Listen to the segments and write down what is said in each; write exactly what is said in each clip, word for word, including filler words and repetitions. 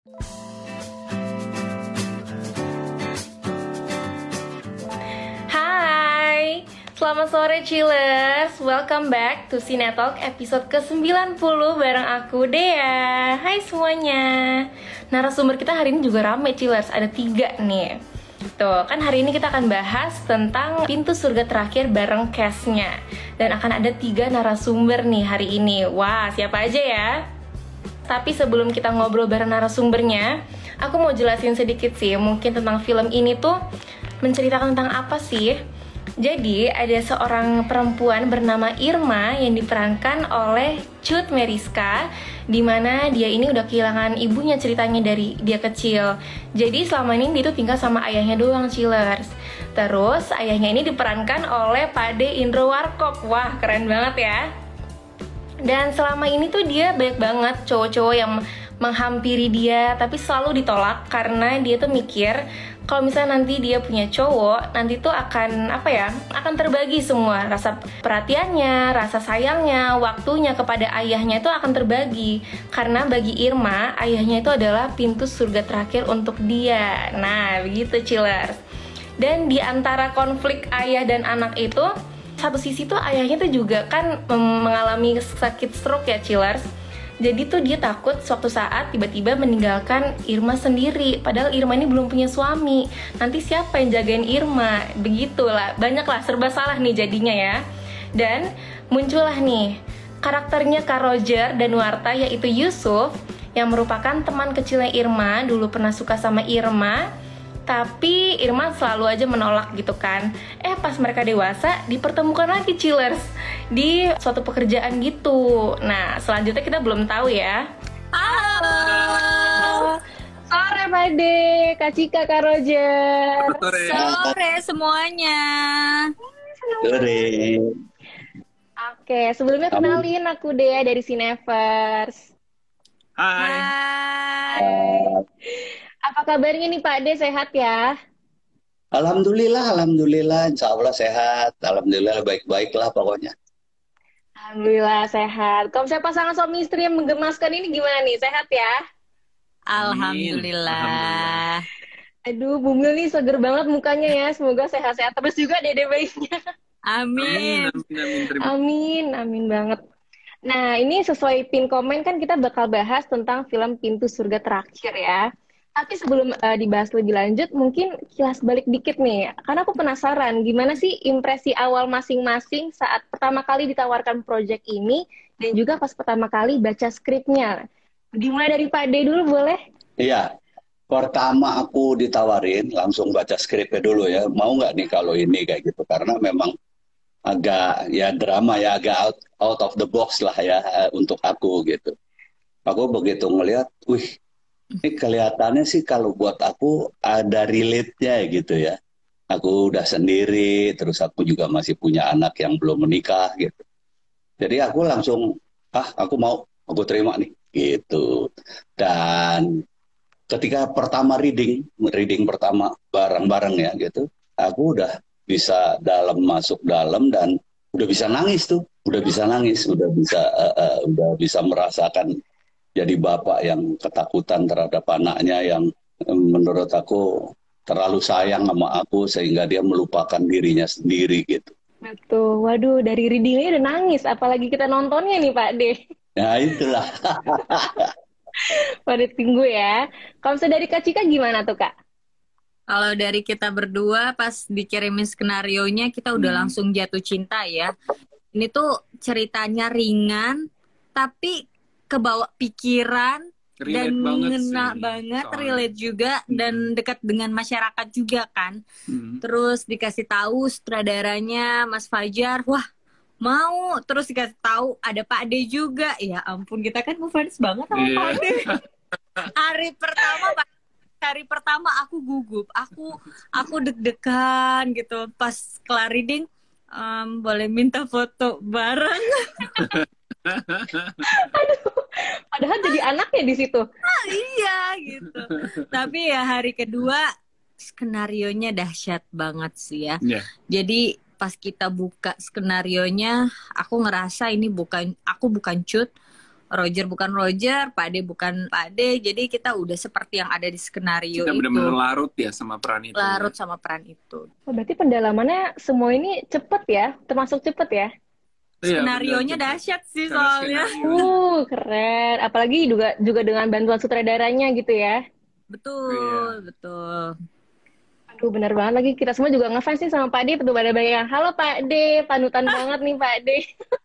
Hai, selamat sore Chillers. Welcome back to Cinetalk episode ke sembilan puluh bareng aku Dea. Hai semuanya. Narasumber kita hari ini juga rame Chillers, ada tiga nih. Tuh, kan hari ini kita akan bahas tentang Pintu Surga Terakhir bareng cast-nya. Dan akan ada tiga narasumber nih hari ini. Wah, siapa aja ya? Tapi sebelum kita ngobrol bareng narasumbernya, aku mau jelasin sedikit sih mungkin tentang film ini tuh menceritakan tentang apa sih? Jadi ada seorang perempuan bernama Irma yang diperankan oleh Cut Meyriska, di mana dia ini udah kehilangan ibunya ceritanya dari dia kecil. Jadi selama ini dia tuh tinggal sama ayahnya doang, Chillers. Terus ayahnya ini diperankan oleh Pak De Indro Warkop. Wah, keren banget ya. Dan selama ini tuh dia banyak banget cowok-cowok yang menghampiri dia, tapi selalu ditolak karena dia tuh mikir kalau misalnya nanti dia punya cowok, nanti tuh akan apa ya, akan terbagi semua rasa perhatiannya, rasa sayangnya, waktunya kepada ayahnya itu akan terbagi. Karena bagi Irma, ayahnya itu adalah pintu surga terakhir untuk dia. Nah, begitu Chillers. Dan di antara konflik ayah dan anak itu, satu sisi tuh ayahnya tuh juga kan mengalami sakit stroke ya Chillers. Jadi tuh dia takut suatu saat tiba-tiba meninggalkan Irma sendiri. Padahal Irma ini belum punya suami. Nanti siapa yang jagain Irma? Begitulah, banyaklah serba salah nih jadinya ya. Dan muncullah nih karakternya Kak Roger dan Nuarta, yaitu Yusuf, yang merupakan teman kecilnya Irma. Dulu pernah suka sama Irma, tapi Irma selalu aja menolak gitu kan. Eh pas mereka dewasa dipertemukan lagi Chillers di suatu pekerjaan gitu. Nah selanjutnya kita belum tahu ya. Halo. Sore Pak De, Kak Cika, Kak Roger. Sore. Sore semuanya. Sore. Oke, sebelumnya kenalin aku Dea dari Cinevers. Hai. Hai. Apa kabarnya nih Pak De, sehat ya? Alhamdulillah, Alhamdulillah, Insya Allah sehat. Alhamdulillah baik-baik lah pokoknya. Alhamdulillah sehat. Kalau misalnya pasangan suami istri yang menggemaskan ini gimana nih, sehat ya? Alhamdulillah. Aduh, Bumil nih seger banget mukanya ya. Semoga sehat-sehat terus juga dede bayinya. Amin. Amin, amin, amin, amin banget. Nah, ini sesuai pin komen kan kita bakal bahas tentang film Pintu Surga Terakhir ya. Tapi sebelum uh, dibahas lebih lanjut, mungkin kilas balik dikit nih. Karena aku penasaran, gimana sih impresi awal masing-masing saat pertama kali ditawarkan proyek ini, dan juga pas pertama kali baca skripnya. Dimulai dari Pak D dulu, boleh? Iya, pertama aku ditawarin, langsung baca skripnya dulu ya. Mau nggak nih kalau ini kayak gitu? Karena memang agak ya drama ya, agak out, out of the box lah ya uh, untuk aku gitu. Aku begitu ngelihat, wih, ini kelihatannya sih kalau buat aku ada relate-nya gitu ya. Aku udah sendiri, terus aku juga masih punya anak yang belum menikah gitu. Jadi aku langsung, ah aku mau, aku terima nih gitu. Dan ketika pertama reading, reading pertama bareng-bareng ya gitu, aku udah bisa dalam masuk dalam dan udah bisa nangis tuh, udah bisa nangis, udah bisa uh, uh, udah bisa merasakan. Jadi bapak yang ketakutan terhadap anaknya yang menurut aku terlalu sayang sama aku sehingga dia melupakan dirinya sendiri gitu. Betul, waduh dari readingnya udah nangis, apalagi kita nontonnya nih Pak De. Nah itulah. Pada tunggu ya. Kalau misalnya dari Kak Cika gimana tuh Kak? Kalau dari kita berdua pas dikirimin skenarionya kita udah hmm. langsung jatuh cinta ya. Ini tuh ceritanya ringan tapi kebawa pikiran relate dan mengena banget, banget relate juga hmm. dan dekat dengan masyarakat juga kan. Hmm. Terus dikasih tahu sutradaranya Mas Fajar, wah mau. Terus dikasih tahu ada Pak D juga. Ya ampun, kita kan ngefans banget sama yeah. Pak D. Hari pertama Pak hari pertama aku gugup, aku aku deg-degan gitu pas kelar reading. Um, boleh minta foto bareng. Aduh, padahal jadi anaknya di situ. Ah, iya gitu. Tapi ya hari kedua skenarionya dahsyat banget sih ya. Yeah. Jadi pas kita buka skenarionya, aku ngerasa ini bukan aku bukan Cut, Roger bukan Roger, Pak D bukan Pak D. Jadi kita udah seperti yang ada di skenario Kita itu. benar-benar larut ya sama peran itu. Larut sama peran itu. Oh, berarti pendalamannya semua ini cepet ya, termasuk cepet ya. Iya, Skenarionya benar, dahsyat sih Karena soalnya. skenarionya. Uh, keren. Apalagi juga juga dengan bantuan sutradaranya gitu ya. Betul, Iya. betul. Aduh, benar banget lagi. Kita semua juga ngefans nih sama Pak D. Betul pada banyak yang, halo Pak D, panutan banget nih Pak D.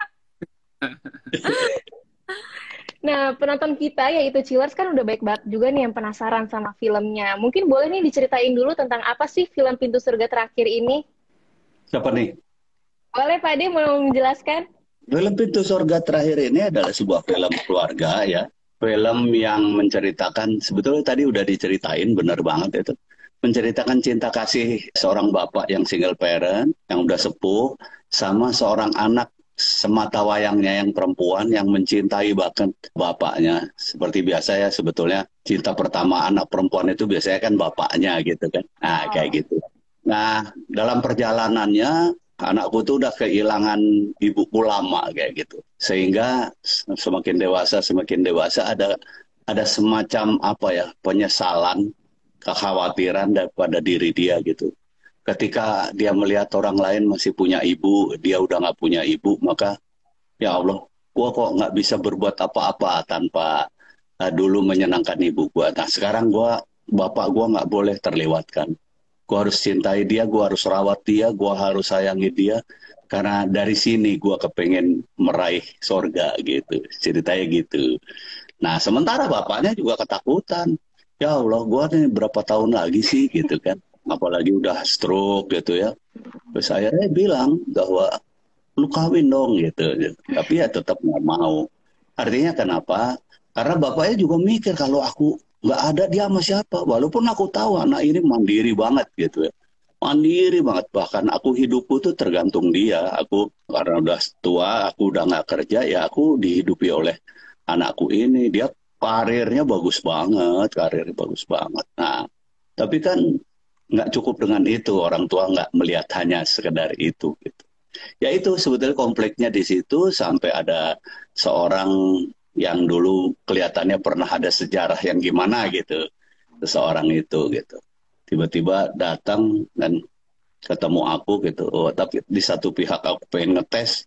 Nah, penonton kita yaitu Chillers kan udah baik banget juga nih yang penasaran sama filmnya. Mungkin boleh nih diceritain dulu tentang apa sih film Pintu Surga Terakhir ini? Siapa nih? Boleh Pak D mau menjelaskan? Film Pintu Surga Terakhir ini adalah sebuah film keluarga ya. Film yang menceritakan, sebetulnya tadi udah diceritain, benar banget itu. Menceritakan cinta kasih seorang bapak yang single parent, yang udah sepuh, sama seorang anak semata wayangnya yang perempuan yang mencintai bahkan bapaknya. Seperti biasa ya, sebetulnya cinta pertama anak perempuan itu biasanya kan bapaknya gitu kan. Nah, kayak gitu. Nah, dalam perjalanannya anakku tuh udah kehilangan ibuku lama kayak gitu. Sehingga semakin dewasa, semakin dewasa ada ada semacam apa ya, penyesalan, kekhawatiran daripada diri dia gitu. Ketika dia melihat orang lain masih punya ibu, dia udah nggak punya ibu, maka ya Allah, gua kok nggak bisa berbuat apa-apa tanpa uh, dulu menyenangkan ibu gua. Nah sekarang gua, bapak gua nggak boleh terlewatkan. Gua harus cintai dia, gua harus rawat dia, gua harus sayangi dia. Karena dari sini gua kepengen meraih sorga gitu, ceritanya gitu. Nah sementara bapaknya juga ketakutan. Ya Allah, gua nih berapa tahun lagi sih gitu kan. Apalagi udah stroke gitu ya. Terus akhirnya bilang bahwa lu kawin dong gitu. Tapi ya tetap nggak mau. Artinya kenapa? Karena bapaknya juga mikir kalau aku nggak ada dia sama siapa. Walaupun aku tahu anak ini mandiri banget gitu ya. Mandiri banget. Bahkan aku hidupku tuh tergantung dia. Aku karena udah tua, aku udah nggak kerja, ya aku dihidupi oleh anakku ini. Dia karirnya bagus banget. Karirnya bagus banget. Nah, tapi kan nggak cukup dengan itu. Orang tua nggak melihat hanya sekedar itu. Gitu. Ya itu sebetulnya konfliknya di situ sampai ada seorang yang dulu kelihatannya pernah ada sejarah yang gimana gitu. Seseorang itu gitu. Tiba-tiba datang dan ketemu aku gitu. Oh, tapi di satu pihak aku pengen ngetes.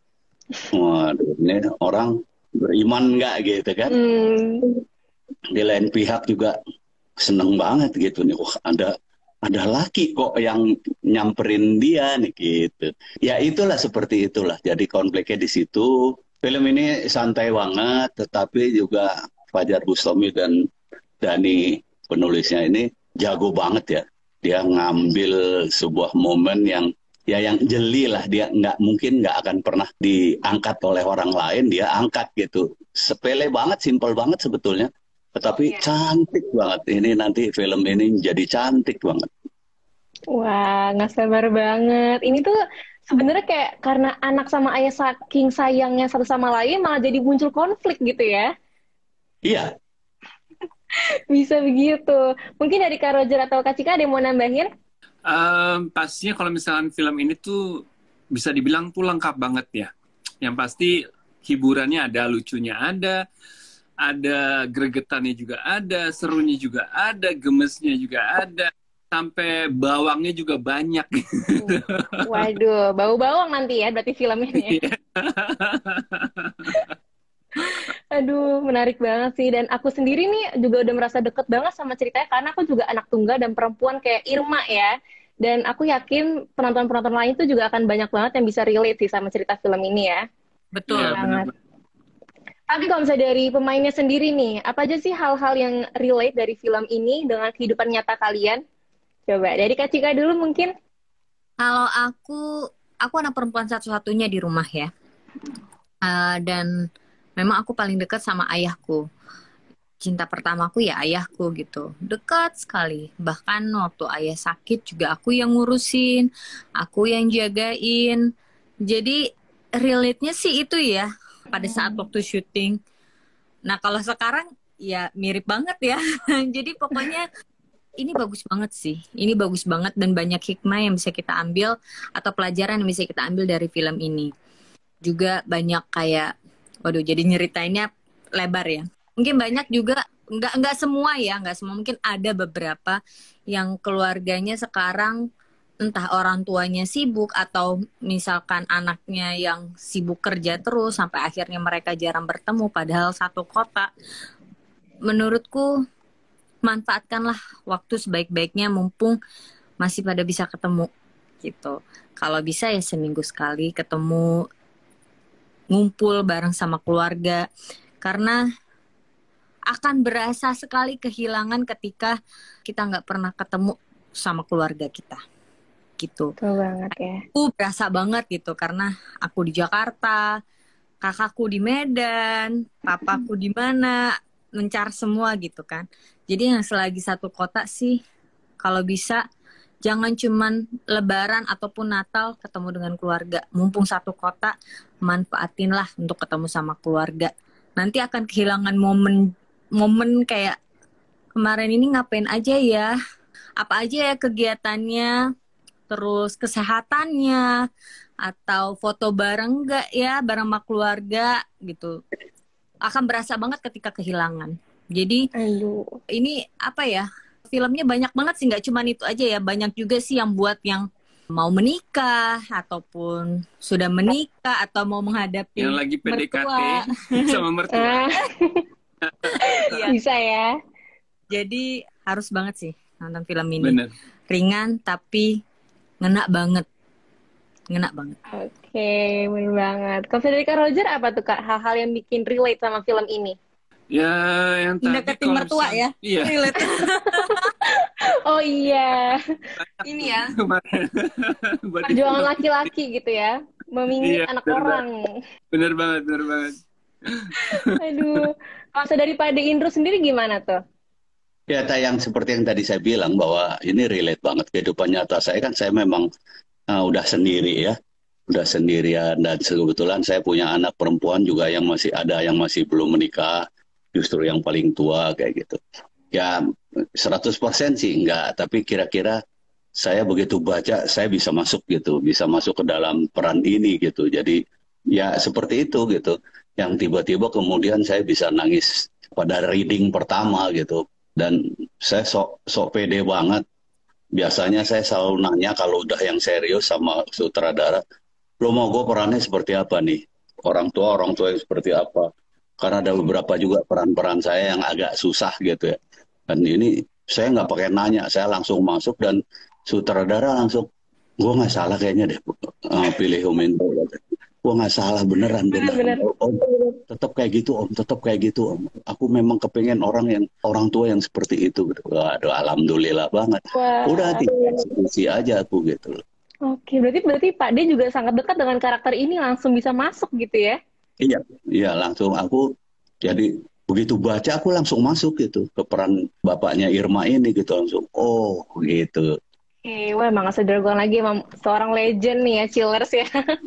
Waduh, ini orang beriman nggak gitu kan. Hmm. Di lain pihak juga seneng banget gitu nih. Wah, ada ada laki kok yang nyamperin dia nih gitu. Ya itulah seperti itulah. Jadi konfliknya di situ. Film ini santai banget, tetapi juga Fajar Bustami dan Dani penulisnya ini jago banget ya. Dia ngambil sebuah momen yang ya yang jeli lah. Dia nggak mungkin nggak akan pernah diangkat oleh orang lain. Dia angkat gitu. Sepele banget, simpel banget sebetulnya. Tetapi cantik banget. Ini nanti film ini jadi cantik banget. Wah, nggak sabar banget. Ini tuh sebenarnya kayak karena anak sama ayah saking sayangnya satu sama lain malah jadi muncul konflik gitu ya. Iya. Bisa begitu. Mungkin dari Kak Roger atau Kak Cika ada yang mau nambahin? Um, pastinya kalau misalnya film ini tuh bisa dibilang tuh lengkap banget ya. Yang pasti hiburannya ada, lucunya ada, ada gregetannya juga ada, serunya juga ada, gemesnya juga ada, sampai bawangnya juga banyak. Waduh, bau bawang nanti ya berarti filmnya. Aduh, menarik banget sih. Dan aku sendiri nih juga udah merasa deket banget sama ceritanya karena aku juga anak tunggal dan perempuan kayak Irma ya. Dan aku yakin penonton-penonton lain tuh juga akan banyak banget yang bisa relate sih sama cerita film ini ya. Betul. Ya, banget. benar. Tapi kalau misalnya dari pemainnya sendiri nih, apa aja sih hal-hal yang relate dari film ini dengan kehidupan nyata kalian? Coba dari Kak Cika dulu mungkin. Kalau aku, aku anak perempuan satu-satunya di rumah ya. Uh, dan memang aku paling dekat sama ayahku. Cinta pertamaku ya ayahku gitu. Dekat sekali. Bahkan waktu ayah sakit juga aku yang ngurusin. Aku yang jagain. Jadi relate-nya sih itu ya. Pada saat waktu syuting. Nah kalau sekarang ya mirip banget ya. Jadi pokoknya ini bagus banget sih. Ini bagus banget dan banyak hikmah yang bisa kita ambil. Atau pelajaran yang bisa kita ambil dari film ini. Juga banyak kayak waduh, jadi nyeritainnya lebar ya. Mungkin banyak juga, nggak nggak semua ya, nggak semua, mungkin ada beberapa yang keluarganya sekarang entah orang tuanya sibuk atau misalkan anaknya yang sibuk kerja terus sampai akhirnya mereka jarang bertemu padahal satu kota. Menurutku manfaatkanlah waktu sebaik-baiknya mumpung masih pada bisa ketemu gitu. Kalau bisa ya seminggu sekali ketemu, ngumpul bareng sama keluarga. Karena akan berasa sekali kehilangan ketika kita nggak pernah ketemu sama keluarga kita gitu. Betul banget ya. Aku berasa banget gitu karena aku di Jakarta, kakakku di Medan, papaku di mana, mencar semua gitu kan. Jadi yang selagi satu kota sih kalau bisa jangan cuman lebaran ataupun Natal ketemu dengan keluarga. Mumpung satu kota, manfaatinlah untuk ketemu sama keluarga. Nanti akan kehilangan momen momen kayak kemarin ini ngapain aja ya? Apa aja ya kegiatannya? Terus kesehatannya atau foto bareng enggak ya bareng sama keluarga gitu. Akan berasa banget ketika kehilangan. Jadi Aduh. ini apa ya, filmnya banyak banget sih, nggak cuma itu aja ya, banyak juga sih yang buat yang mau menikah ataupun sudah menikah atau mau menghadapi yang lagi P D K T mertua. sama mertua. Iya. Bisa ya. Jadi harus banget sih nonton film ini. Bener. Ringan tapi ngena banget, ngena banget. Oke, bener banget. Kalau Federica Roger apa tuh Kak hal-hal yang bikin relate sama film ini? Ya yang tadi Deketin mertua misal- ya. Iya. Relate. Oh iya, Ini ya. Buat perjuangan itu. laki-laki gitu ya, memingit Iya, anak bener orang. Bener banget, bener banget. Aduh, kalau dari Pak De Indro sendiri gimana tuh? Ya, yang seperti yang tadi saya bilang bahwa ini relate banget kehidupan nyata saya kan saya memang uh, udah sendiri ya, udah sendirian dan kebetulan saya punya anak perempuan juga yang masih ada yang masih belum menikah, justru yang paling tua kayak gitu. Ya seratus persen sih enggak, tapi kira-kira saya begitu baca saya bisa masuk gitu, bisa masuk ke dalam peran ini gitu. Jadi ya seperti itu gitu. Yang tiba-tiba kemudian saya bisa nangis pada reading pertama gitu. Dan saya sok sok pede banget. Biasanya saya selalu nanya kalau udah yang serius sama sutradara, lo mau gue perannya seperti apa nih? Orang tua orang tua yang seperti apa? Karena ada beberapa juga peran-peran saya yang agak susah gitu ya. Dan ini saya nggak pakai nanya, saya langsung masuk dan sutradara langsung, gue nggak salah kayaknya deh uh, pilih Humindro. Gue nggak salah beneran beneran. Bener. Om, tetap kayak gitu om, tetap kayak gitu om. Aku memang kepengen orang yang orang tua yang seperti itu. Gitu. Waduh, alhamdulillah banget. Wah. Udah dieksekusi aja aku gitu. Oke, berarti berarti Pak De juga sangat dekat dengan karakter ini, langsung bisa masuk gitu ya? Iya, iya langsung aku jadi begitu baca aku langsung masuk gitu ke peran bapaknya Irma ini gitu langsung. Oh gitu. Oke, wah emang gak sederhana lagi, emang seorang legend nih ya, Chillers ya.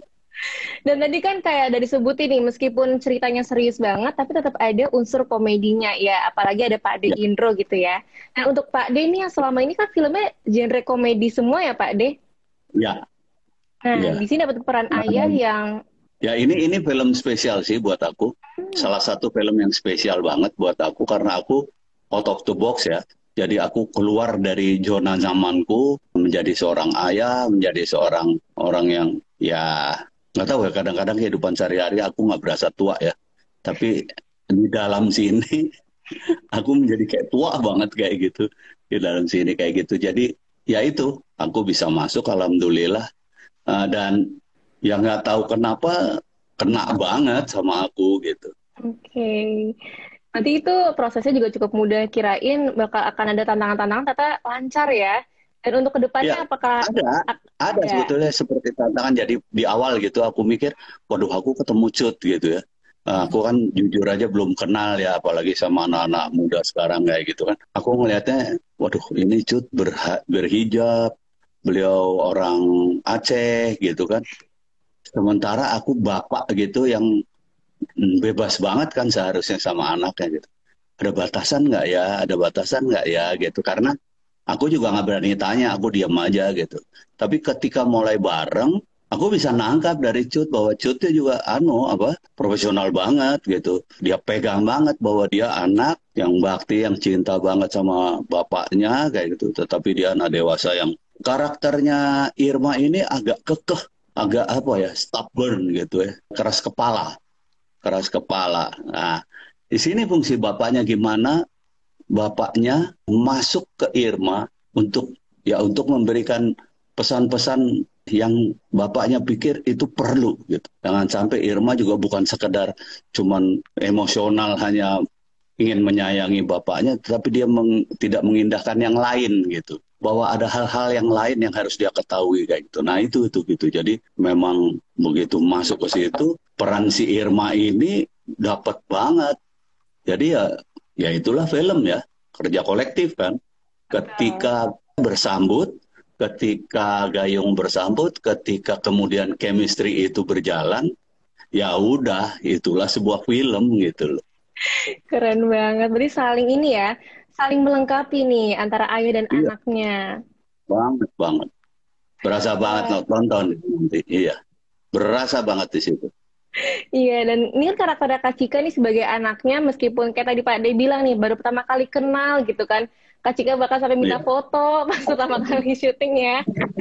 Dan tadi kan kayak ada disebutin nih, meskipun ceritanya serius banget, tapi tetap ada unsur komedinya ya, apalagi ada Pak De Ya. Indro gitu ya. Nah untuk Pak De ini yang selama ini kan filmnya genre komedi semua ya Pak De. Ya, Nah ya. di sini dapat peran Nah, ayah yang ya ini ini film spesial sih buat aku. Salah satu film yang spesial banget buat aku karena aku out of the box ya. Jadi aku keluar dari zona zamanku menjadi seorang ayah, menjadi seorang orang yang ya nggak tahu ya kadang-kadang kehidupan sehari-hari aku nggak berasa tua ya. Tapi di dalam sini aku menjadi kayak tua banget kayak gitu. Di dalam sini kayak gitu. Jadi ya itu aku bisa masuk alhamdulillah. Uh, dan yang nggak tahu kenapa kena banget sama aku gitu. oke. Nanti itu prosesnya juga cukup mudah, kirain bakal akan ada tantangan-tantangan, ternyata lancar ya. Dan untuk kedepannya Ya, apakah ada, ak- ada ada? sebetulnya seperti tantangan. Jadi di awal gitu aku mikir, waduh aku ketemu Cut gitu ya. Uh, aku kan jujur aja belum kenal ya, apalagi sama anak-anak muda sekarang kayak gitu kan. Aku ngelihatnya, waduh ini Cut berha- berhijab, beliau orang Aceh gitu kan. Sementara aku bapak gitu yang mm, bebas banget kan seharusnya sama anaknya gitu. Ada batasan nggak ya? Ada batasan nggak ya gitu. Karena aku juga nggak berani tanya, aku diam aja gitu. Tapi ketika mulai bareng, aku bisa nangkap dari Cut bahwa Cutnya juga anu apa profesional banget gitu. Dia pegang banget bahwa dia anak yang bakti, yang cinta banget sama bapaknya kayak gitu. Tetapi dia anak dewasa yang karakternya Irma ini agak kekeh, agak apa ya, stubborn gitu ya, keras kepala, keras kepala. Nah, di sini fungsi bapaknya gimana? Bapaknya masuk ke Irma untuk ya untuk memberikan pesan-pesan yang bapaknya pikir itu perlu gitu. Jangan sampai Irma juga bukan sekedar cuman emosional hanya ingin menyayangi bapaknya, tetapi dia meng, tidak mengindahkan yang lain gitu. Bahwa ada hal-hal yang lain yang harus dia ketahui kayak gitu. Nah itu itu gitu. Jadi memang begitu masuk ke situ peran si Irma ini dapat banget. Jadi ya ya itulah film ya, kerja kolektif kan. Ketika bersambut, ketika gayung bersambut, ketika kemudian chemistry itu berjalan, ya udah itulah sebuah film gitu loh. Keren banget. Berarti saling ini ya, saling melengkapi nih antara ayah dan Iya. anaknya. Banget banget. Berasa banget Wah. nonton nanti. Iya. Berasa banget di situ. Iya, dan ini kan karakter Kak Cika nih sebagai anaknya, meskipun kayak tadi Pak De bilang nih, baru pertama kali kenal gitu kan. Kak Cika bahkan sampai minta Iya. foto pas pertama kali syuting ya.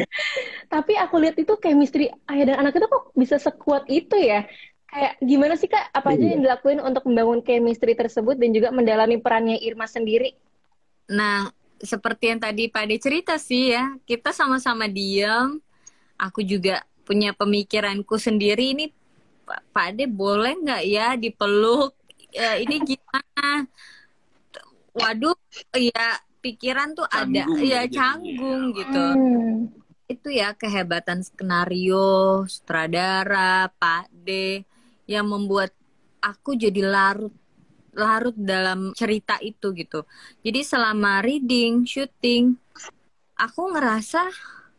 Tapi aku lihat itu chemistry ayah dan anak itu kok bisa sekuat itu ya. Kayak gimana sih Kak, apa aja Iya. yang dilakuin untuk membangun chemistry tersebut dan juga mendalami perannya Irma sendiri? Nah, seperti yang tadi Pak De cerita sih ya, kita sama-sama diam. Aku juga punya pemikiranku sendiri, ini Pak Pak De boleh nggak ya dipeluk? Ya, ini gimana? Waduh, ya pikiran tuh ada, Canggung ya ya jadinya. canggung gitu. Hmm. Itu ya kehebatan skenario, sutradara, Pak De yang membuat aku jadi larut larut dalam cerita itu gitu. Jadi selama reading, syuting, aku ngerasa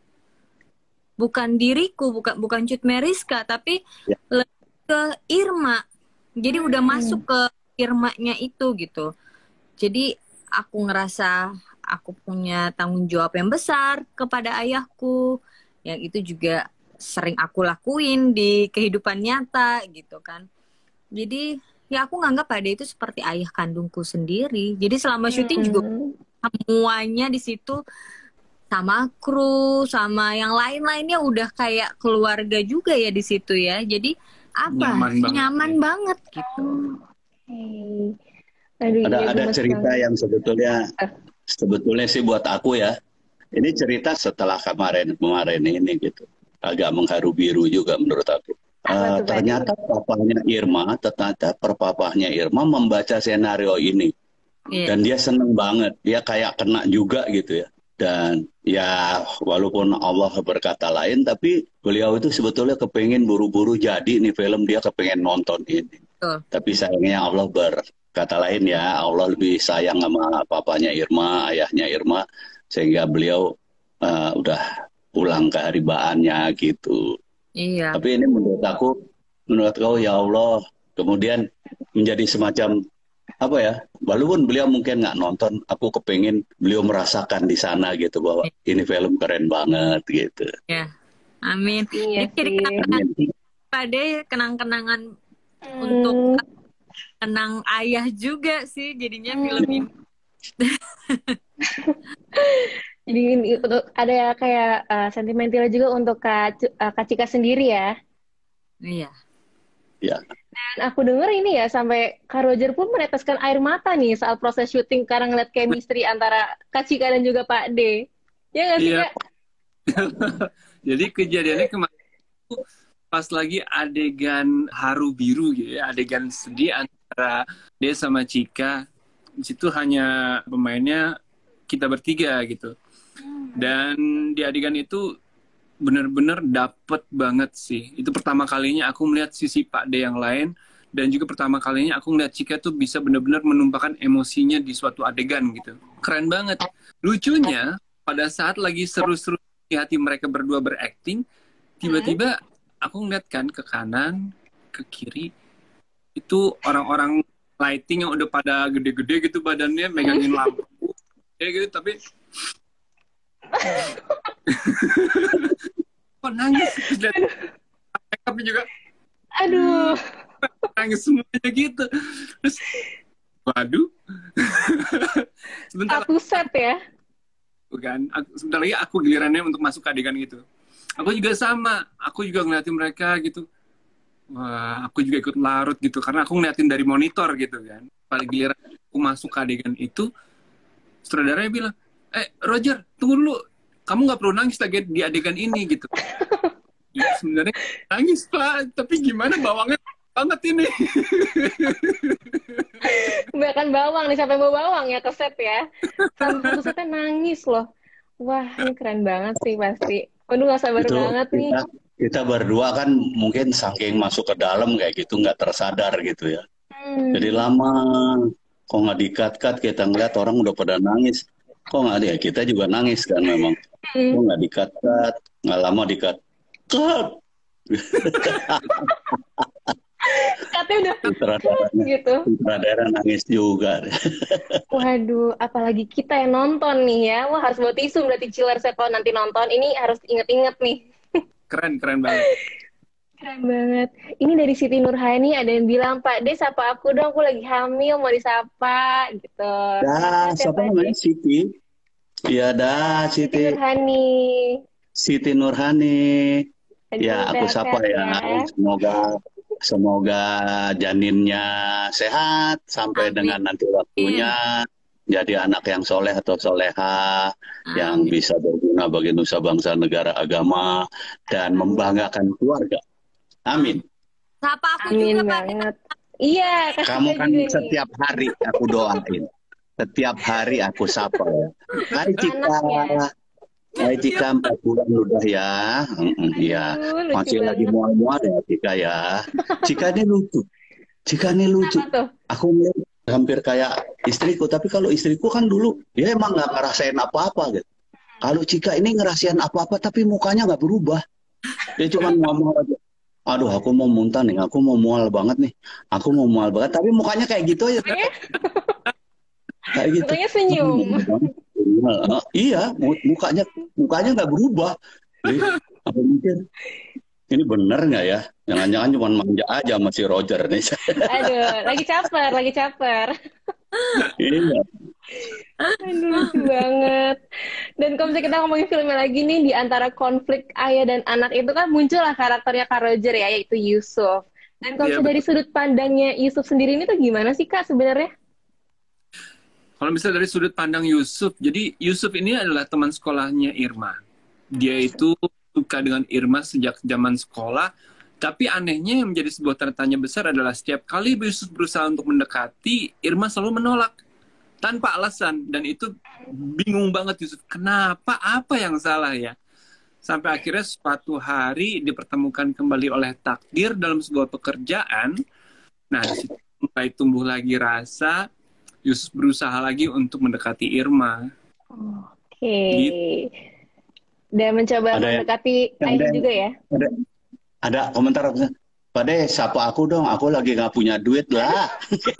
bukan diriku, bukan bukan Cut Meriska, tapi Ya. lebih ke Irma. Jadi udah Hmm. masuk ke Irmanya itu gitu. Jadi aku ngerasa aku punya tanggung jawab yang besar kepada ayahku. Yang itu juga sering aku lakuin di kehidupan nyata gitu kan. Jadi ya aku nganggap Pak De itu seperti ayah kandungku sendiri. Jadi selama syuting juga Hmm. semuanya di situ sama kru, sama yang lain-lainnya udah kayak keluarga juga ya di situ ya. Jadi apa? Nyaman banget. Nyaman banget gitu. Oke. Aduh, Ada iya ada gemes cerita banget. yang sebetulnya sebetulnya sih buat aku ya. Ini cerita setelah kemarin kemarin ini gitu. Agak mengharu biru juga menurut aku. Apa Eh, tuh Pak De? ternyata papahnya Irma, ternyata perpapahnya Irma membaca skenario ini Iya. dan dia seneng banget. Dia kayak kena juga gitu ya. Dan ya walaupun Allah berkata lain, tapi beliau itu sebetulnya kepengen buru-buru jadi nih film, dia kepengen nonton ini. Betul. Tapi sayangnya Allah berkata lain ya, Allah lebih sayang sama papanya Irma, ayahnya Irma, sehingga beliau eh, udah pulang ke haribaannya gitu. Iya. Tapi ini menurut aku, menurut kau ya Allah, kemudian menjadi semacam apa ya? Walaupun beliau mungkin nggak nonton, aku kepengen beliau merasakan di sana gitu bahwa ini film keren banget gitu. Ya. Amin. Iya Ini jadi sih. kenang-kenangan Amin. Pak De, kenang-kenangan untuk Hmm. kenang ayah juga sih jadinya film Hmm. ini. Jadi ini untuk ada kayak uh, sentimental juga untuk Kak, Cu- uh, Kak Cika sendiri ya. Iya. Ya. Dan aku denger ini ya sampai Kak Roger pun meneteskan air mata nih saat proses syuting karena ngeliat chemistry antara Kak Cika dan juga Pak D. Ya nggak sih Iya. Kak? Jadi kejadiannya kemarin tuh pas lagi adegan haru biru gitu ya, adegan sedih antara dia sama Cika. Di situ hanya pemainnya kita bertiga gitu. Dan di adegan itu benar-benar dapet banget sih. Itu pertama kalinya aku melihat sisi Pak D yang lain, dan juga pertama kalinya aku melihat Cika tuh bisa benar-benar menumpahkan emosinya di suatu adegan gitu. Keren banget. Lucunya pada saat lagi seru-seru di hati mereka berdua berakting, tiba-tiba aku ngeliat kan ke kanan, ke kiri, itu orang-orang lighting yang udah pada gede-gede gitu badannya, megangin lampu ya gitu, tapi kok nangis? Terus lihat make upnya juga Aduh. nangis semuanya gitu. Terus, waduh. Sebentar Satu set ya. kan, aku, sebentar lagi aku gilirannya untuk masuk ke adegan gitu. Aku juga sama, aku juga ngeliatin mereka gitu. Wah, aku juga ikut larut gitu, karena aku ngeliatin dari monitor gitu kan. Paling giliran aku masuk ke adegan itu, sutradaranya bilang, eh Roger, tunggu dulu, kamu nggak perlu nangis lagi di adegan ini gitu. Ya, sebenarnya nangis Pak, tapi gimana bawangnya banget ini. Kebanyakan bawang nih, sampai mau bawang ya ke set ya. Sampai satu setnya nangis loh. Wah, ini keren banget sih pasti. Waduh, gak sabar Itu banget nih. kita kita berdua kan mungkin saking masuk ke dalam kayak gitu nggak tersadar gitu ya. Hmm. Jadi lama kok nggak dikat-kat kita ngeliat orang udah pada nangis. Kok nggak dia? Kita juga nangis kan memang. Kok nggak dikat-kat? Nggak lama dikat-kat. Katanya udah Sutradaranya, gitu. sutradara nangis juga. Waduh, apalagi kita yang nonton nih ya. Wah, harus bawa tisu berarti chiller saya kalau nanti nonton. Ini harus inget-inget nih. Keren, keren banget. Keren banget. Ini dari Siti Nurhani ada yang bilang, Pak De, sapa aku dong. Aku lagi hamil, mau disapa. Gitu. Dah, Sehat ya, siapa Pak namanya? De? Siti. Iya dah, Siti Siti. Nurhani. Siti Nurhani. Aduh, Ya, aku sapa sehat-sehat ya. ya. Semoga semoga janinnya sehat sampai Amin. dengan nanti waktunya jadi anak yang soleh atau soleha yang Amin. bisa berguna bagi nusa bangsa negara agama dan membanggakan keluarga. Amin. Sapa aku Amin juga Pak De. banget. Iya, kasih Kamu juga kan nih. setiap hari aku doain. Setiap hari aku sapa ya. Hai Cika. Anaknya. Hai Cika, empat bulan udah ya. Mm-mm, Iya. Aduh, lucu Masih lagi banget. mual-mual ya Cika ya. Cika ini lucu. Cika ini lucu. Kenapa tuh? Aku ngeliat hampir kayak istriku. Tapi kalau istriku kan dulu, dia emang nggak ngerasain apa-apa gitu. Kalau Cika ini ngerasain apa-apa, tapi mukanya nggak berubah. Dia cuma ngomong aja. Aduh, aku mau muntah nih. Aku mau mual banget nih. Aku mau mual banget. Tapi mukanya kayak gitu aja. Eh, Kayak gitu. Mukanya senyum. Uh, iya, mu- mukanya mukanya nggak berubah. Jadi, aku mikir, ini bener nggak ya? Jangan-jangan cuma manja aja sama si Roger nih. Aduh, lagi caper, lagi caper. Iya. Aduh, lucu banget. Dan kalau misalnya kita ngomongin filmnya lagi nih, di antara konflik ayah dan anak itu kan muncullah karakternya Kak Roger ya, yaitu Yusuf. Dan kalau Iya, misalnya dari sudut pandangnya Yusuf sendiri ini tuh gimana sih Kak sebenarnya? Kalau misalnya dari sudut pandang Yusuf, jadi Yusuf ini adalah teman sekolahnya Irma. Dia itu suka dengan Irma sejak zaman sekolah, tapi anehnya yang menjadi sebuah tanda tanya besar adalah setiap kali Yusuf berusaha untuk mendekati, Irma selalu menolak tanpa alasan. Dan itu bingung banget Yusuf, kenapa, apa yang salah ya? Sampai akhirnya suatu hari dipertemukan kembali oleh takdir dalam sebuah pekerjaan. Nah, di situ mulai tumbuh lagi rasa, Yusuf berusaha lagi untuk mendekati Irma. Oke. Gitu. Dan mencoba Ada yang- mendekati yang ayah ada- juga ya? Ada, ada komentar apa? Pak De, sapa aku dong. Aku lagi nggak punya duit lah.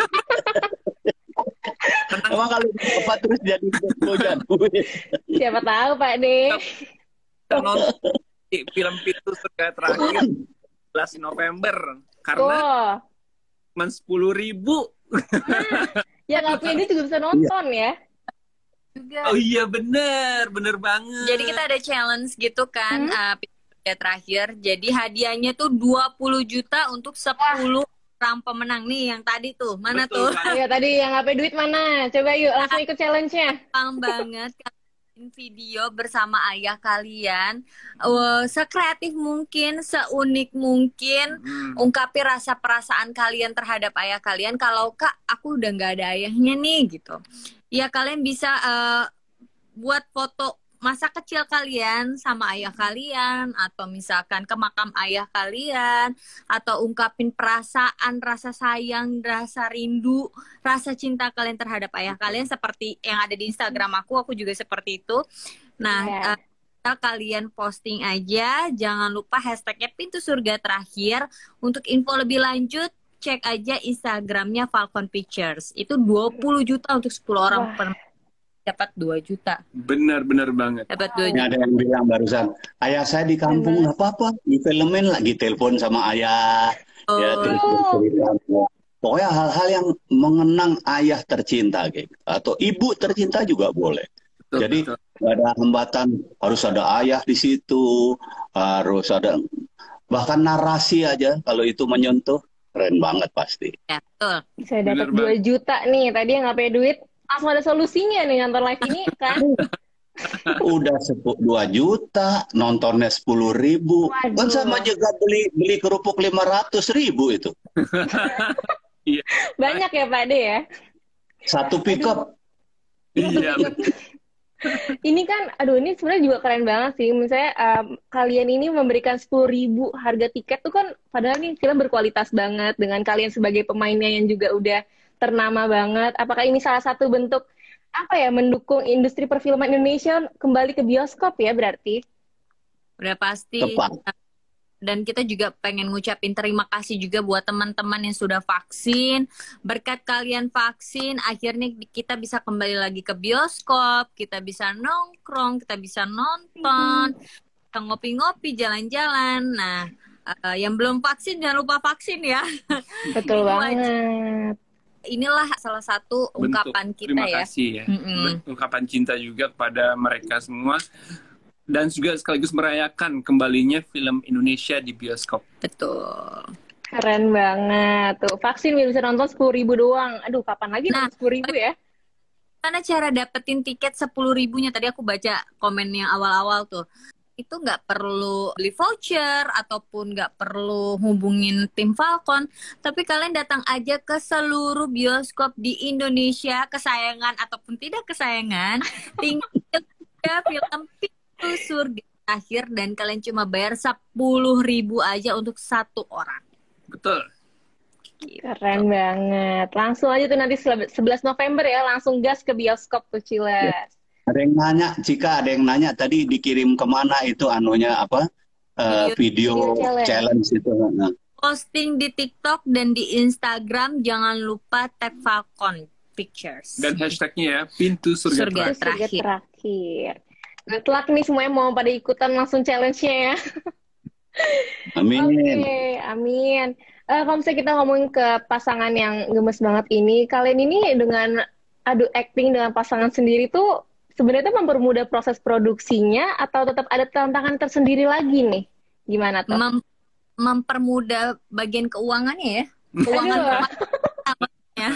Emang kalau apa terus jadi punya duit? Siapa tahu Pak De. Kita nonton di film Pintu Surga Terakhir sebelas November karena Wah, cuma sepuluh ribu. yang nggak punya duit juga bisa nonton ya? Juga. Oh iya bener, bener banget. Jadi kita ada challenge gitu kan, Hmm. uh, pintu terakhir. Jadi hadiahnya tuh dua puluh juta untuk sepuluh orang pemenang nih yang tadi tuh. Mana Betul, tuh? Kak. Ayo tadi yang nggak punya duit mana? Coba yuk langsung ikut challenge-nya. Gampang banget. Kalian video bersama ayah kalian, uh, sekreatif mungkin, seunik mungkin, Hmm. ungkapi rasa perasaan kalian terhadap ayah kalian. Kalau Kak, aku udah nggak ada ayahnya nih gitu. Ya kalian bisa uh, buat foto masa kecil kalian sama ayah kalian, atau misalkan ke makam ayah kalian, atau ungkapin perasaan, rasa sayang, rasa rindu, rasa cinta kalian terhadap ayah kalian seperti yang ada di Instagram aku. Aku juga seperti itu. Nah, Iya. uh, kalian posting aja, jangan lupa hashtagnya Pintu Surga Terakhir. Untuk info lebih lanjut, cek aja Instagramnya Falcon Pictures. Itu dua puluh juta untuk sepuluh orang Wah. per dapat dua juta. Benar-benar banget. Dapat dua Ini juta. ada yang bilang barusan, ayah saya di kampung nggak apa-apa, difilmin lagi telepon sama ayah, ya Oh, terus bercerita. Pokoknya hal-hal yang mengenang ayah tercinta gitu. Atau ibu tercinta juga boleh. Betul, Jadi betul. nggak ada hambatan, harus ada ayah di situ, harus ada bahkan narasi aja kalau itu menyentuh, keren banget pasti. ya betul. Bisa dapat Bener dua banget. juta nih. Tadi yang nggak punya duit, langsung ada solusinya nih nonton live ini kan. Udah sepu- dua juta, nontonnya sepuluh ribu, kan Waduh. sama juga beli beli kerupuk lima ratus ribu itu. Iya, Banyak ya Pak De ya. Satu pickup. iya, Ini kan, aduh ini sebenarnya juga keren banget sih. Misalnya em, kalian ini memberikan sepuluh ribu harga tiket tuh kan, padahal nih film berkualitas banget dengan kalian sebagai pemainnya yang juga udah ternama banget. Apakah ini salah satu bentuk apa ya mendukung industri perfilman Indonesia kembali ke bioskop ya berarti? Udah pasti. Tepat. Dan kita juga pengen ngucapin terima kasih juga buat teman-teman yang sudah vaksin. Berkat kalian vaksin, akhirnya kita bisa kembali lagi ke bioskop, kita bisa nongkrong, kita bisa nonton, kita ngopi-ngopi, jalan-jalan. Nah, eh, yang belum vaksin jangan lupa vaksin ya. Betul Ini wajib. banget. Inilah salah satu bentuk ungkapan kita terima ya. kasih ya. Mm-mm. Ben- Ungkapan cinta juga kepada mereka semua. Dan juga sekaligus merayakan kembalinya film Indonesia di bioskop. Betul. Keren banget tuh. Vaksin biar bisa nonton sepuluh ribu doang. Aduh, kapan lagi Nah, sepuluh ribu ya? Karena cara dapetin tiket sepuluh ribunya, tadi aku baca komen yang awal-awal tuh. Itu nggak perlu beli voucher ataupun nggak perlu hubungin tim Falcon, tapi kalian datang aja ke seluruh bioskop di Indonesia, kesayangan ataupun tidak kesayangan, tinggal film Pintu Surga Terakhir dan kalian cuma bayar sepuluh ribu aja untuk satu orang. Betul. Keren banget. Langsung aja tuh nanti sebelas November ya, langsung gas ke bioskop tuh Ciles. Ada yang nanya, jika ada yang nanya tadi dikirim kemana itu anunya apa? Eh, video, Video challenge. challenge itu. Nah, Posting di TikTok dan di Instagram, jangan lupa tag Falcon Pictures. Dan hashtagnya ya, Pintu Surga, Surga. Terakhir. Terus surga Terakhir. terakhir. Good luck nih semuanya mau pada ikutan langsung challenge-nya ya. amin. Oke, amin. Eh, kalau misalnya kita ngomongin ke pasangan yang gemes banget ini, kalian ini dengan adu acting dengan pasangan sendiri tuh sebenarnya tuh mempermudah proses produksinya atau tetap ada tantangan tersendiri lagi nih? Gimana tuh? Mem- mempermudah bagian keuangannya ya. Keuangan Aduh. rumah ya.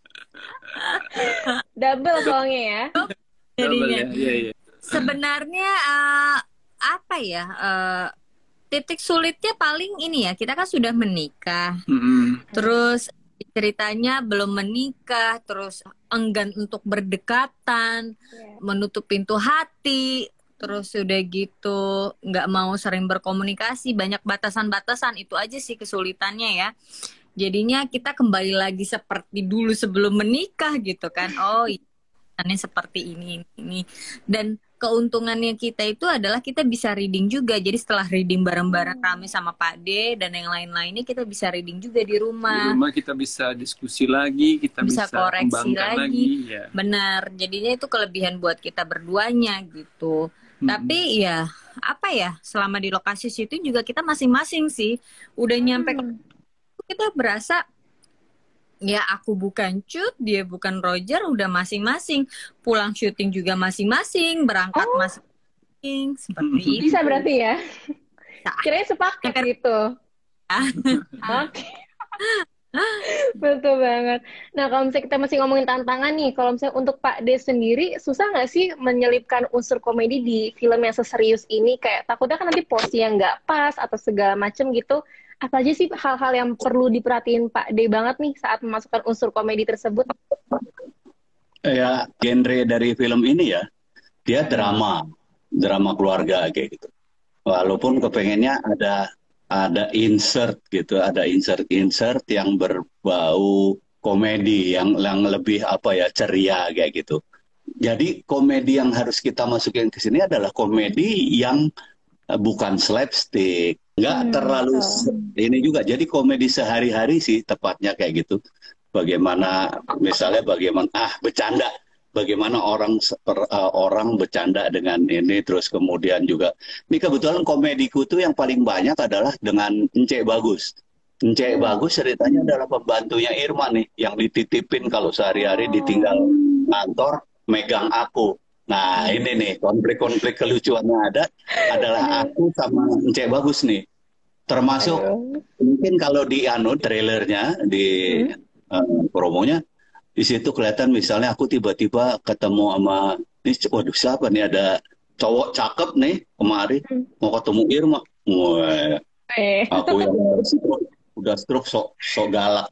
Double soalnya ya. Jadinya. Double ya, iya, iya. Sebenarnya eh, apa ya? eh, titik sulitnya paling ini ya, kita kan sudah menikah. Mm-mm. Terus ceritanya belum menikah, terus enggan untuk berdekatan, menutup pintu hati, terus udah gitu nggak mau sering berkomunikasi, banyak batasan-batasan, itu aja sih kesulitannya ya. Jadinya kita kembali lagi seperti dulu sebelum menikah gitu kan. Oh ini seperti ini ini dan keuntungannya kita itu adalah kita bisa reading juga. Jadi setelah reading bareng-bareng rame sama Pak D dan yang lain-lainnya, kita bisa reading juga di Di rumah. rumah kita bisa diskusi lagi, kita Bisa bisa, koreksi kembangkan lagi. lagi. Ya. Benar, jadinya itu kelebihan buat kita berduanya gitu. Mm-mm. Tapi ya apa ya, selama di lokasi syuting juga kita masing-masing sih. Udah nyampe ke kita berasa ya aku bukan Cut, dia bukan Roger, udah masing-masing. Pulang syuting juga masing-masing, berangkat Oh. masing-masing, seperti itu. Bisa berarti ya? Nah. Kirain sepaket gitu. Ah. Oke. Betul banget. Nah, kalau misalnya kita masih ngomongin tantangan nih, kalau misalnya untuk Pak D sendiri, susah nggak sih menyelipkan unsur komedi di film yang seserius ini? Kayak takutnya kan nanti porsi yang nggak pas atau segala macem gitu. Apa aja sih hal-hal yang perlu diperhatiin Pak D banget nih saat memasukkan unsur komedi tersebut? Ya, genre dari film ini ya, dia drama, drama keluarga kayak gitu. Walaupun kepengennya ada ada insert gitu, ada insert-insert yang berbau komedi, yang yang lebih apa ya, ceria kayak gitu. Jadi komedi yang harus kita masukin ke sini adalah komedi yang uh, bukan slapstick, nggak Hmm, terlalu betul. se- ini juga. Jadi komedi sehari-hari sih tepatnya kayak gitu. Bagaimana misalnya bagaimana ah bercanda bagaimana orang seper- uh, orang bercanda dengan ini, terus kemudian juga ini kebetulan komediku tuh yang paling banyak adalah dengan Encek Bagus. Encek Bagus ceritanya adalah pembantunya Irma nih, yang dititipin kalau sehari-hari ditinggal kantor megang aku. Nah ini nih konflik-konflik kelucuannya ada adalah aku sama Encek Bagus nih. Termasuk Aduh. mungkin kalau di anu trailernya di uh, promonya di situ kelihatan misalnya aku tiba-tiba ketemu sama ini, waduh siapa nih, ada cowok cakep nih kemari mau ketemu Irma. Wah, Eh, aku yang stroke, udah stroke sok sok galak.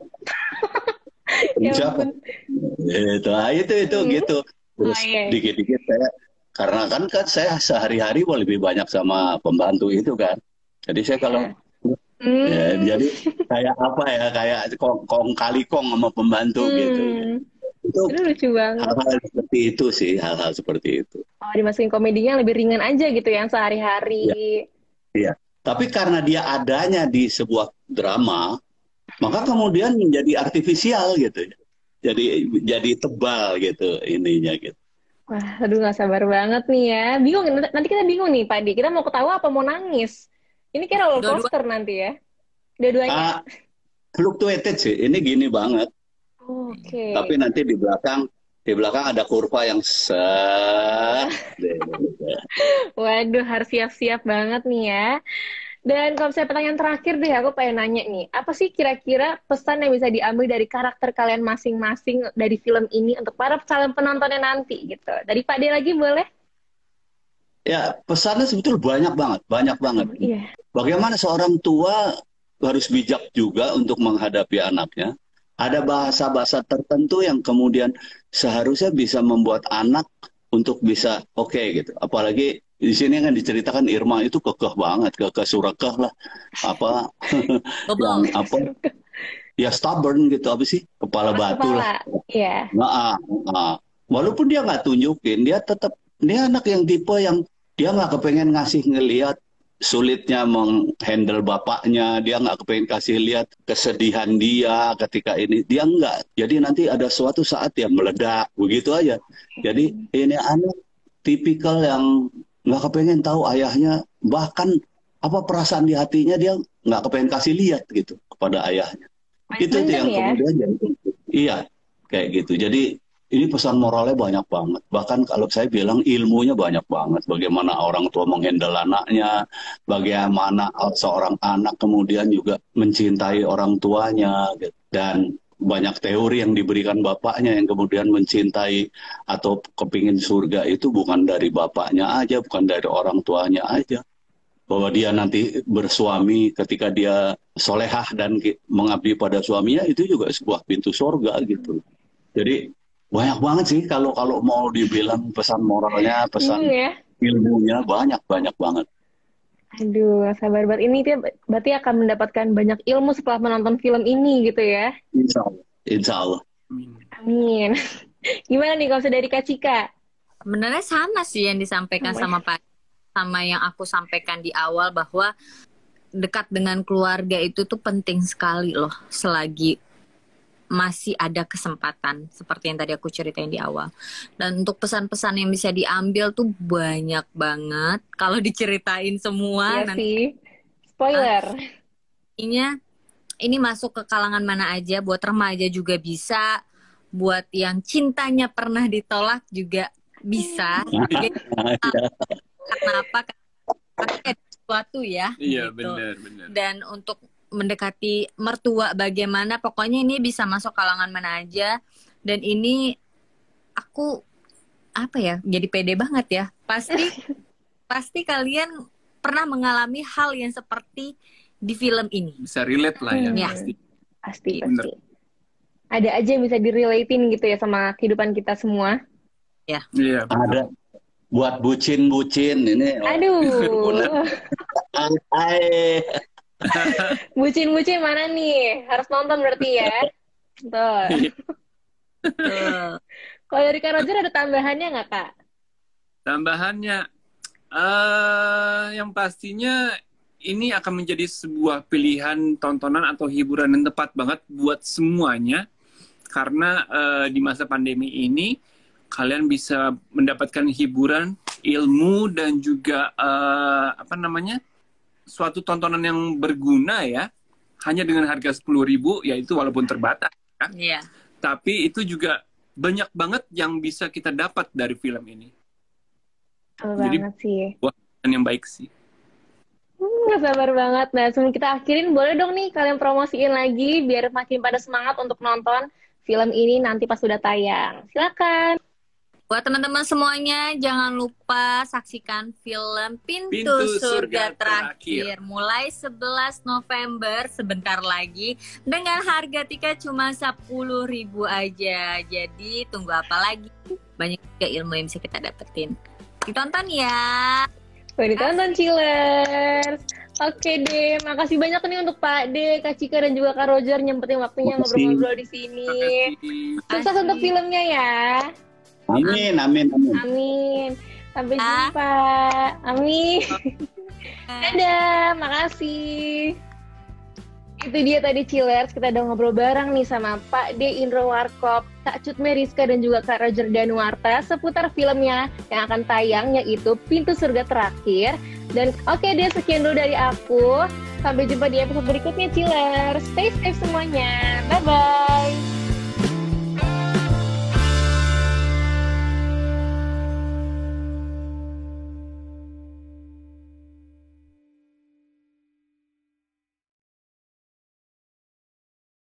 ya Siapa? ampun. Itu, ah, itu itu Hmm. gitu. Terus Oh, iya. dikit-dikit saya karena kan kan saya sehari-hari lebih banyak sama pembantu itu kan. Jadi saya kalau Hmm. ya, jadi kayak apa ya, kayak kong, kong kali kong sama pembantu gitu. Hmm. Itu Itu lucu banget. hal-hal seperti itu sih, hal-hal seperti itu. Oh, dimasukin komedinya lebih ringan aja gitu yang sehari-hari. Iya. Tapi karena dia adanya di sebuah drama, maka kemudian menjadi artifisial gitu. Jadi jadi tebal gitu ininya gitu. Wah, aduh nggak sabar banget nih ya. Bingung, nanti kita bingung nih, Pak Di. Kita mau ketawa apa mau nangis? Ini kayak roller Dua-dua. coaster nanti ya. Dua-duanya. Ah, fluctuated sih. Ini gini banget. Oke. Tapi nanti di belakang di belakang ada kurva yang set. Waduh, harus siap-siap banget nih ya. Dan kalau misalnya pertanyaan terakhir deh, aku pengen nanya nih, apa sih kira-kira pesan yang bisa diambil dari karakter kalian masing-masing dari film ini untuk para calon penontonnya nanti gitu? Dari Pak D lagi boleh? Ya, pesannya sebetulnya banyak banget, banyak banget. Iya. Bagaimana seorang tua harus bijak juga untuk menghadapi anaknya. Ada bahasa-bahasa tertentu yang kemudian seharusnya bisa membuat anak untuk bisa oke gitu. Apalagi di sini kan diceritakan Irma itu kekeh banget, kekeh surakeh lah, apa yang Bobol. apa ya stubborn gitu, apa sih, kepala Keras batu lah. kepala. Iya. Nah, nah, walaupun dia nggak tunjukin, dia tetap dia anak yang tipe yang dia nggak kepengen ngasih ngelihat sulitnya menghandle bapaknya, dia nggak kepengen kasih lihat kesedihan dia ketika ini, dia nggak. Jadi nanti ada suatu saat dia meledak, begitu aja. Jadi ini anak tipikal yang nggak kepengen tahu ayahnya, bahkan apa perasaan di hatinya dia nggak kepengen kasih lihat gitu kepada ayahnya. Itu tuh Mendem yang ya. kemudian jadi, iya kayak gitu. Jadi ini pesan moralnya banyak banget. Bahkan kalau saya bilang ilmunya banyak banget. Bagaimana orang tua menghandle anaknya, bagaimana seorang anak kemudian juga mencintai orang tuanya, gitu. Dan banyak teori yang diberikan bapaknya yang kemudian mencintai atau kepingin surga itu bukan dari bapaknya aja, bukan dari orang tuanya aja. Bahwa dia nanti bersuami ketika dia solehah dan mengabdi pada suaminya, itu juga sebuah pintu surga gitu. Jadi banyak banget sih kalau kalau mau dibilang pesan moralnya, pesan Bingung ya. ilmunya banyak banyak banget. Aduh, sabar banget. Ini dia berarti akan mendapatkan banyak ilmu setelah menonton film ini gitu ya. Insya Allah. Insya Allah. Amin. Gimana nih kalau misalnya dari Kak Cika? Sebenarnya sama sih yang disampaikan Sama ya? sama Pak, sama yang aku sampaikan di awal, bahwa dekat dengan keluarga itu tuh penting sekali loh selagi masih ada kesempatan, seperti yang tadi aku ceritain di awal. Dan untuk pesan-pesan yang bisa diambil tuh banyak banget. Kalau diceritain semua Iya nanti sih. Spoiler. Intinya ini masuk ke kalangan mana aja, buat remaja juga bisa, buat yang cintanya pernah ditolak juga bisa. Jadi, karena apa? Karena ada sesuatu ya. Iya, gitu. benar, benar. Dan untuk mendekati mertua bagaimana, pokoknya ini bisa masuk kalangan mana aja. Dan ini aku apa ya, jadi pede banget ya. Pasti pasti kalian pernah mengalami hal yang seperti di film ini. Bisa relate lah ya, Hmm. Ya. pasti. Pasti, Bener. pasti. Ada aja yang bisa direlatein gitu ya sama kehidupan kita semua. Iya, Ada buat bucin-bucin ini. Aduh. Hai. Bucin-bucin mana nih? Harus nonton berarti ya. Betul. Tuh. Kalau dari Kak Roger ada tambahannya nggak, Kak? Tambahannya, eh yang pastinya ini akan menjadi sebuah pilihan tontonan atau hiburan yang tepat banget buat semuanya. Karena eh, di masa pandemi ini, kalian bisa mendapatkan hiburan, ilmu, dan juga uh, apa namanya, suatu tontonan yang berguna ya, hanya dengan harga sepuluh ribu, yaitu walaupun terbatas kan? Iya. Tapi itu juga banyak banget yang bisa kita dapat dari film ini. Betul Jadi banget sih. buat yang baik sih. Hmm, gak sabar banget. Nah, sebelum kita akhirin, boleh dong nih kalian promosiin lagi biar makin pada semangat untuk nonton film ini nanti pas sudah tayang. Silakan. Buat teman-teman semuanya, jangan lupa saksikan film Pintu, Pintu Surga, Surga Terakhir. Terakhir. Mulai sebelas November, sebentar lagi. Dengan harga tiket cuma sepuluh ribu aja. Jadi tunggu apa lagi? Banyak juga ilmu yang bisa kita dapetin. Ditonton ya. Boleh ditonton, Chillers. Oke deh, makasih banyak nih untuk Pak D, Kak Cika, dan juga Kak Roger nyempetin waktunya Makasih. ngobrol-ngobrol di sini. Sukses untuk filmnya ya. Amin, amin, amin. Amin. Sampai Ah. jumpa. Amin. Dadah, makasih. Itu dia tadi Chillers, kita udah ngobrol bareng nih sama Pak D Indro Warkop, Kak Cut Meriska, dan juga Kak Roger Danuarta seputar filmnya yang akan tayang, yaitu Pintu Surga Terakhir. Dan oke deh, sekian dulu dari aku. Sampai jumpa di episode berikutnya Chillers. Stay safe semuanya. Bye-bye.